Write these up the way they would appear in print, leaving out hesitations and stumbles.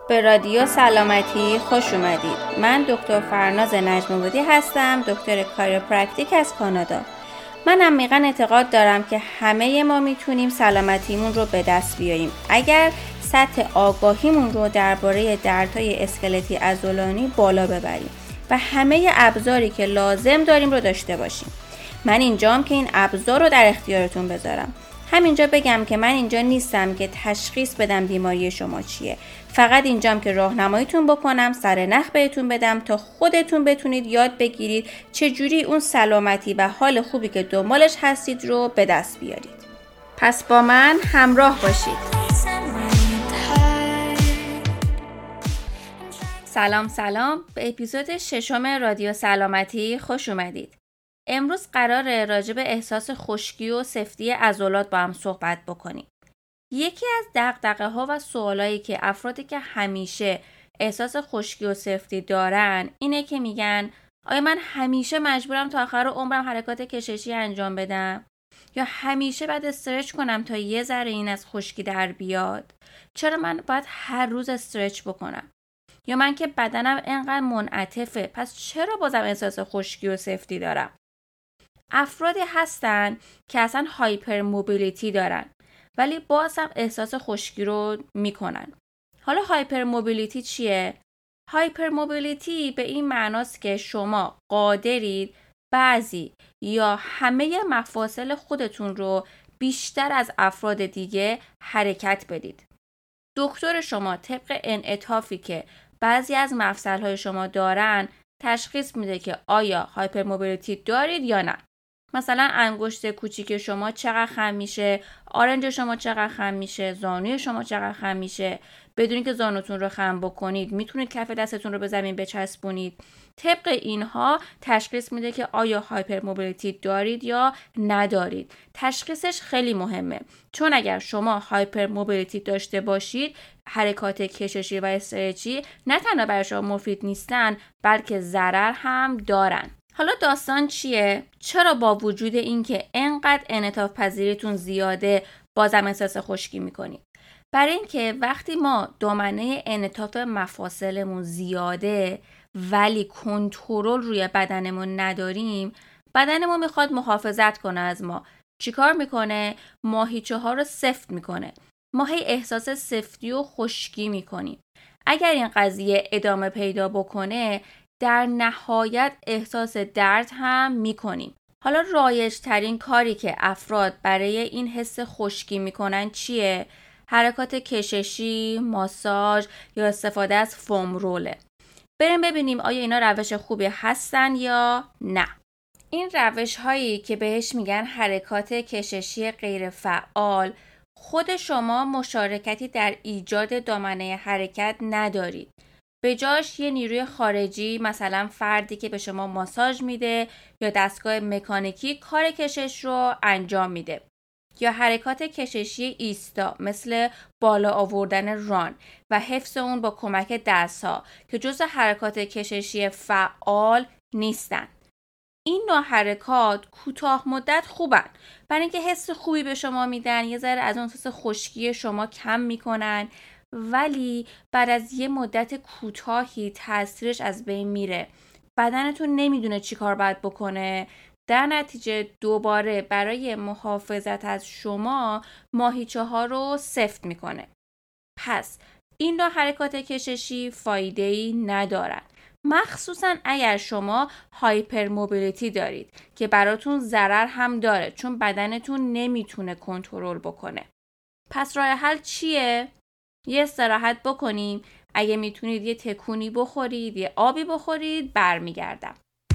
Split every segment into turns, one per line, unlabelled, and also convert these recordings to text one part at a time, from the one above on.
به رادیو سلامتی خوش اومدید. من دکتر فرناز نجم‌آبادی هستم، دکتر کایروپرکتیک از کانادا. من عمیقاً اعتقاد دارم که همه ما میتونیم سلامتیمون رو به دست بیاریم اگر سطح آگاهیمون رو درباره دردهای اسکلتی عضلانی بالا ببریم و همه ابزاری که لازم داریم رو داشته باشیم. من اینجام که این ابزار رو در اختیارتون بذارم. همینجا بگم که من اینجا نیستم که تشخیص بدم بیماری شما چیه. فقط اینجام که راهنماییتون بکنم، سر نخ بهتون بدم تا خودتون بتونید یاد بگیرید چجوری اون سلامتی و حال خوبی که دنبالش هستید رو به دست بیارید. پس با من همراه باشید. سلام به اپیزود 6 رادیو سلامتی خوش اومدید. امروز قراره راجع به احساس خشکی و سفتی عضلات با هم صحبت بکنیم. یکی از دغدغه‌ها و سوالایی که افرادی که همیشه احساس خشکی و سفتی دارن اینه که میگن آیا من همیشه مجبورم تا آخر عمرم حرکات کششی انجام بدم؟ یا همیشه باید استرچ کنم تا یه ذره این از خشکی در بیاد؟ چرا من باید هر روز استرچ بکنم؟ یا من که بدنم اینقدر منعطفه پس چرا بازم احساس خشکی و سفتی دارم؟ افرادی هستن که اصلا هایپر موبیلیتی دارن ولی باز هم احساس خشکی رو میکنن. حالا هایپر موبیلیتی چیه؟ هایپر موبیلیتی به این معناست که شما قادرید بعضی یا همه مفاصل خودتون رو بیشتر از افراد دیگه حرکت بدید. دکتر شما طبق انعطافی که بعضی از مفصل‌های شما دارن تشخیص میده که آیا هایپر موبیلیتی دارید یا نه. مثلا انگشت کوچیک شما چقدر خم میشه، آرنج شما چقدر خم میشه، زانوی شما چقدر خم میشه. بدون که زانوتون رو خم بکنید میتونید کف دستتون رو به زمین بچسبونید. طبق اینها تشخیص میده که آیا هایپر موبیلیتی دارید یا ندارید. تشخیصش خیلی مهمه چون اگر شما هایپر موبیلیتی داشته باشید حرکات کششی و استرچی نه تنها برای شما مفید نیستن بلکه ضرر هم دارن. حالا داستان چیه؟ چرا با وجود اینکه انقدر انعطاف پذیریتون زیاده بازم احساس خشکی میکنید؟ برای اینکه وقتی ما دامنه انعطاف مفاصلمون زیاده ولی کنترل روی بدنمون نداریم، بدنمون میخواد محافظت کنه از ما. چیکار میکنه؟ ماهیچه ها رو سفت میکنه. ما هی احساس سفتی و خشکی میکنیم. اگر این قضیه ادامه پیدا بکنه در نهایت احساس درد هم میکنیم. حالا رایج ترین کاری که افراد برای این حس خشکی میکنن چیه؟ حرکات کششی، ماساژ یا استفاده از فوم روله. بریم ببینیم آیا اینا روش خوبی هستن یا نه. این روش هایی که بهش میگن حرکات کششی غیر فعال، خود شما مشارکتی در ایجاد دامنه حرکت ندارید. به جاش یه نیروی خارجی مثلا فردی که به شما ماساژ میده یا دستگاه مکانیکی کار کشش رو انجام میده. یا حرکات کششی ایستا مثل بالا آوردن ران و حفظ اون با کمک دست‌ها که جزء حرکات کششی فعال نیستن. این نوع حرکات کوتاه مدت خوبن برای اینکه حس خوبی به شما میدن، یه ذره از اون حس خشکی شما کم میکنن، ولی بعد از یه مدت کوتاهی تاثیرش از بین میره. بدنتون نمیدونه چی کار باید بکنه. در نتیجه دوباره برای محافظت از شما ماهیچه ها رو سفت میکنه. پس این نوع حرکات کششی فایده‌ای ندارن. مخصوصا اگر شما هایپر موبیلیتی دارید که براتون ضرر هم داره چون بدنتون نمیتونه کنترل بکنه. پس راه حل چیه؟ یه استراحت بکنیم، اگه میتونید یه تکونی بخورید، یه آبی بخورید، برمیگردم.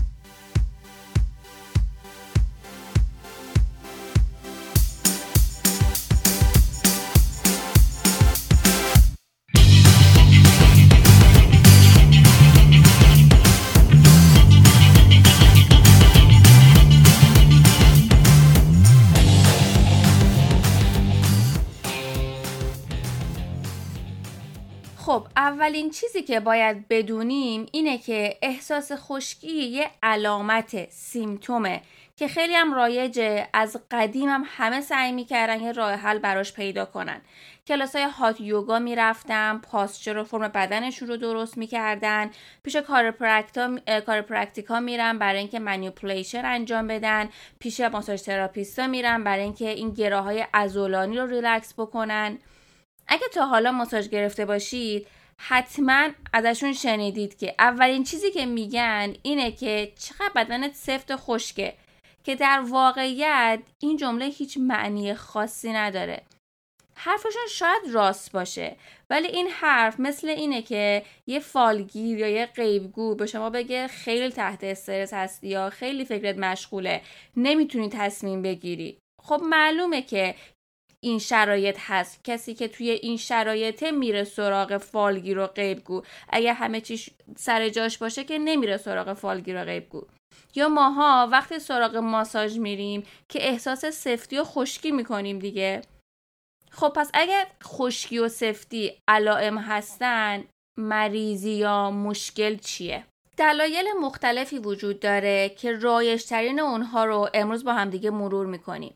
خب اولین چیزی که باید بدونیم اینه که احساس خشکی یه علامت سیمتومه که خیلی هم رایجه. از قدیم هم همه سعی میکردن یه راه حل براش پیدا کنن. کلاسای هات یوگا میرفتن، پاسچر و فرم بدنشون رو درست میکردن، پیش کارپرکتیکا میرن برای اینکه مانیپولیشن انجام بدن، پیش ماساژ تراپیستا میرن برای اینکه این گراهای عضلانی رو ریلکس بکنن. اگه تا حالا ماساژ گرفته باشید حتما ازشون شنیدید که اولین چیزی که میگن اینه که چقدر بدنت سفت و خشکه، که در واقعیت این جمله هیچ معنی خاصی نداره. حرفشون شاید راست باشه، ولی این حرف مثل اینه که یه فالگیر یا یه غیبگو به شما بگه خیلی تحت استرس هستی یا خیلی فکرت مشغوله، نمیتونی تصمیم بگیری. خب معلومه که این شرایط هست. کسی که توی این شرایطه میره سراغ فالگیر و غیبگو. اگه همه چیش سر جاش باشه که نمیره سراغ فالگیر و غیبگو. یا ماها وقتی سراغ ماساژ میریم که احساس سفتی و خشکی میکنیم دیگه. خب پس اگه خشکی و سفتی علائم هستن، مریضی یا مشکل چیه؟ دلایل مختلفی وجود داره که رایج‌ترین اونها رو امروز با هم دیگه مرور میکنیم.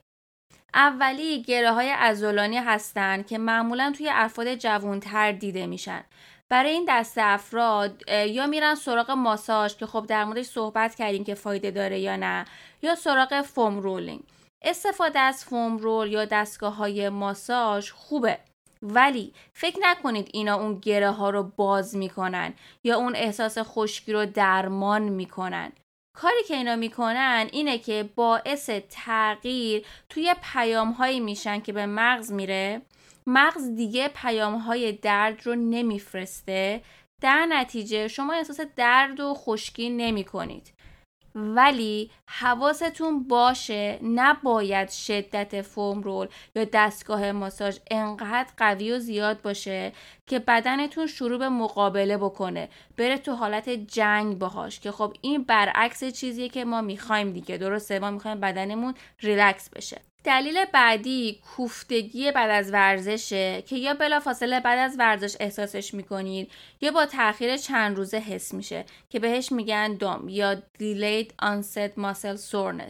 اولی گره‌های عضلانی هستن که معمولاً توی افراد جوان‌تر دیده میشن. برای این دسته افراد یا میرن سراغ ماساژ که خب در موردش صحبت کردیم که فایده داره یا نه، یا سراغ فوم رولینگ. استفاده از فوم رول یا دستگاه‌های ماساژ خوبه، ولی فکر نکنید اینا اون گره ها رو باز میکنن یا اون احساس خشکی رو درمان میکنن. کاری که اینا میکنن اینه که باعث تغییر توی پیام هایی میشن که به مغز میره. مغز دیگه پیام های درد رو نمیفرسته. در نتیجه شما احساس درد و خشکی نمی کنید. ولی حواستون باشه نباید شدت فوم رول یا دستگاه ماساژ انقدر قوی و زیاد باشه که بدنتون شروع به مقابله بکنه، بره تو حالت جنگ باهاش، که خب این برعکس چیزیه که ما میخوایم دیگه. درسته، ما میخوایم بدنمون ریلکس بشه. دلیل بعدی کوفتگی بعد از ورزشه که یا بلافاصله بعد از ورزش احساسش میکنید یا با تأخیر چند روزه حس میشه که بهش میگن دام یا Delayed Onset Muscle Soreness.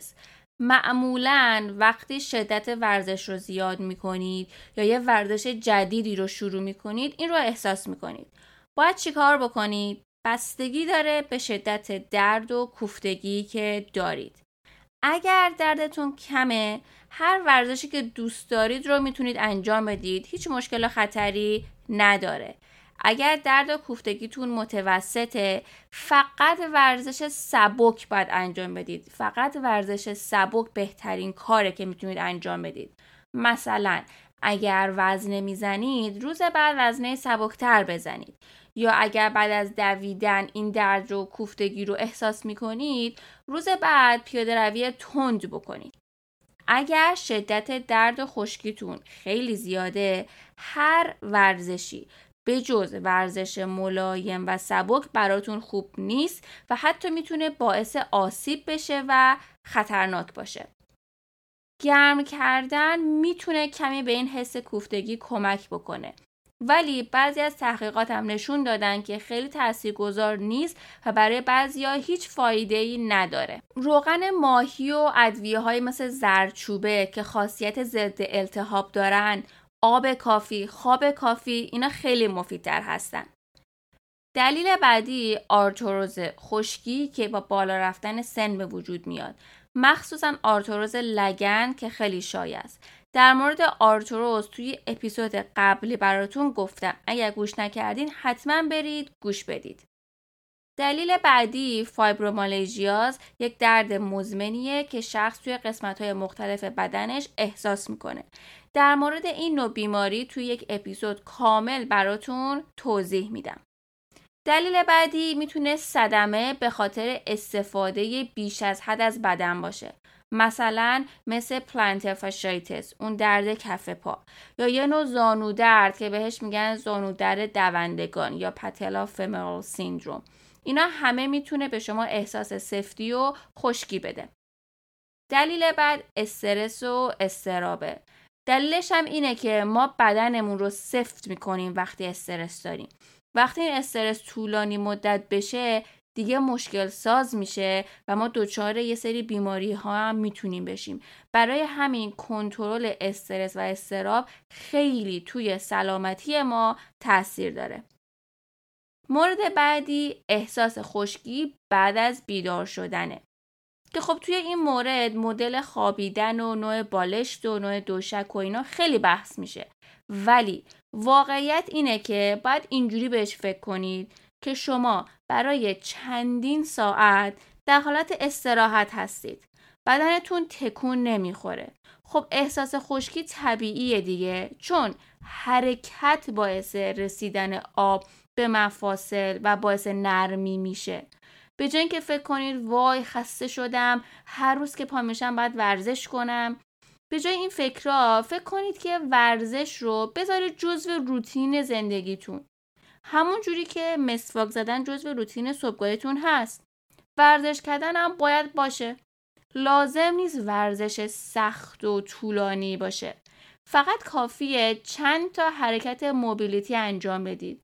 معمولاً وقتی شدت ورزش رو زیاد میکنید یا یه ورزش جدیدی رو شروع میکنید این رو احساس میکنید. باید چیکار بکنید؟ بستگی داره به شدت درد و کوفتگی که دارید. اگر دردتون کمه، هر ورزشی که دوست دارید رو میتونید انجام بدید. هیچ مشکل و خطری نداره. اگر درد و کوفتگیتون متوسطه، فقط ورزش سبک باید انجام بدید. فقط ورزش سبک بهترین کاره که میتونید انجام بدید. مثلا اگر وزنه میزنید، روز بعد وزنه سبکتر بزنید. یا اگر بعد از دویدن این درد و کوفتگی رو احساس میکنید، روز بعد پیاده روی تند بکنید. اگر شدت درد و خشکیتون خیلی زیاده، هر ورزشی به جز ورزش ملایم و سبک براتون خوب نیست و حتی میتونه باعث آسیب بشه و خطرناک باشه. گرم کردن میتونه کمی به این حس کوفتگی کمک بکنه، ولی بعضی از تحقیقات هم نشون دادن که خیلی تاثیرگذار نیست و برای بعضیا هیچ فایده‌ای نداره. روغن ماهی و ادویه‌های مثل زردچوبه که خاصیت ضد التهاب دارن، آب کافی، خواب کافی، اینا خیلی مفیدتر هستن. دلیل بعدی آرتروز، خشکی که با بالا رفتن سن به وجود میاد. مخصوصا آرتروز لگن که خیلی شایع است. در مورد آرتروز توی اپیزود قبلی براتون گفتم. اگر گوش نکردین حتما برید گوش بدید. دلیل بعدی فایبرومالژیاز، یک درد مزمنیه که شخص توی قسمت‌های مختلف بدنش احساس میکنه. در مورد این نوع بیماری توی یک اپیزود کامل براتون توضیح میدم. دلیل بعدی میتونه صدمه به خاطر استفاده بیش از حد از بدن باشه. مثلا مثل پلانتر فاشایتس، اون درد کف پا، یا یه نوع زانو درد که بهش میگن زانو درد دوندگان یا پاتلا فمورال سیندروم. اینا همه میتونه به شما احساس سفتی و خشکی بده. دلیل بعد استرس و اضطرابه. دلیلش هم اینه که ما بدنمون رو سفت میکنیم وقتی استرس داریم. وقتی این استرس طولانی مدت بشه، دیگه مشکل ساز میشه و ما دچار یه سری بیماری ها هم میتونیم بشیم. برای همین کنترل استرس و اضطراب خیلی توی سلامتی ما تاثیر داره. مورد بعدی احساس خشکی بعد از بیدار شدنه که خب توی این مورد مدل خوابیدن و نوع بالشت و نوع دوشک و اینا خیلی بحث میشه، ولی واقعیت اینه که باید اینجوری بهش فکر کنید که شما برای چندین ساعت در حالت استراحت هستید، بدنتون تکون نمیخوره. خب احساس خشکی طبیعیه دیگه، چون حرکت باعث رسیدن آب به مفاصل و باعث نرمی میشه. به جای اینکه فکر کنید وای خسته شدم، هر روز که پا میشم باید ورزش کنم، به جای این فکرها فکر کنید که ورزش رو بذارید جزو روتین زندگیتون. همون جوری که مسواک زدن جزو روتین صبحگاهیتون هست، ورزش کردن هم باید باشه. لازم نیست ورزش سخت و طولانی باشه. فقط کافیه چند تا حرکت موبیلیتی انجام بدید،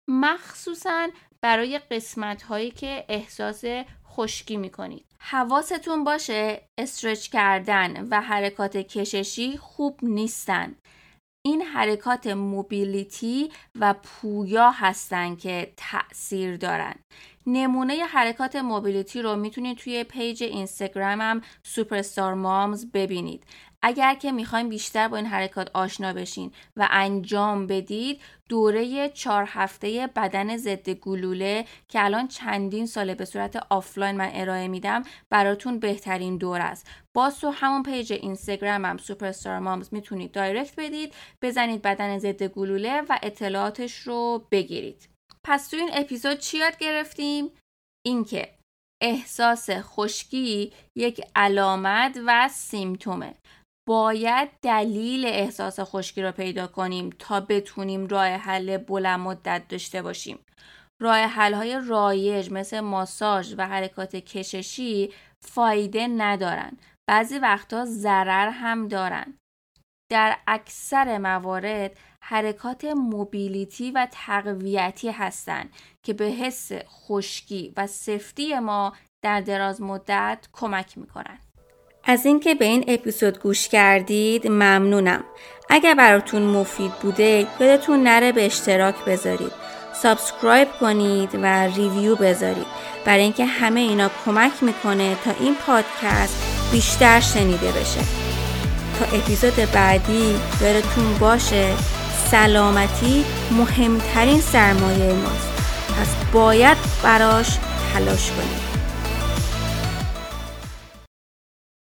مخصوصاً برای قسمت هایی که احساس خشکی میکنید. حواستون باشه استرچ کردن و حرکات کششی خوب نیستن. این حرکات موبیلیتی و پویا هستن که تأثیر دارن. نمونه حرکات موبیلیتی رو میتونید توی پیج اینستاگرامم سوپرستار مامز ببینید. اگر که میخواین بیشتر با این حرکات آشنا بشین و انجام بدید، دوره 4 هفته بدن ضد گلوله که الان چندین ساله به صورت آفلاین من ارائه میدم براتون بهترین دوره است. باز تو همون پیج اینستاگرامم سوپرستار مامز میتونید دایرکت بدید، بزنید بدن ضد گلوله و اطلاعاتش رو بگیرید. پس تو این اپیزود چی یاد گرفتیم؟ اینکه احساس خشکی یک علامت و سیمتومه. باید دلیل احساس خشکی رو پیدا کنیم تا بتونیم راه حل بلند مدت داشته باشیم. راه حل‌های رایج مثل ماساژ و حرکات کششی فایده ندارن. بعضی وقتا ضرر هم دارن. در اکثر موارد حرکات موبیلیتی و تقویتی هستند که به حس خشکی و سفتی ما در دراز مدت کمک میکنن. از اینکه به این اپیزود گوش کردید ممنونم. اگر براتون مفید بوده یادتون نره به اشتراک بذارید، سابسکرایب کنید و ریویو بذارید، برای اینکه همه اینا کمک میکنه تا این پادکست بیشتر شنیده بشه. تا اپیزود بعدی یادتون باشه سلامتی مهمترین سرمایه ماست، پس باید براش تلاش کنید.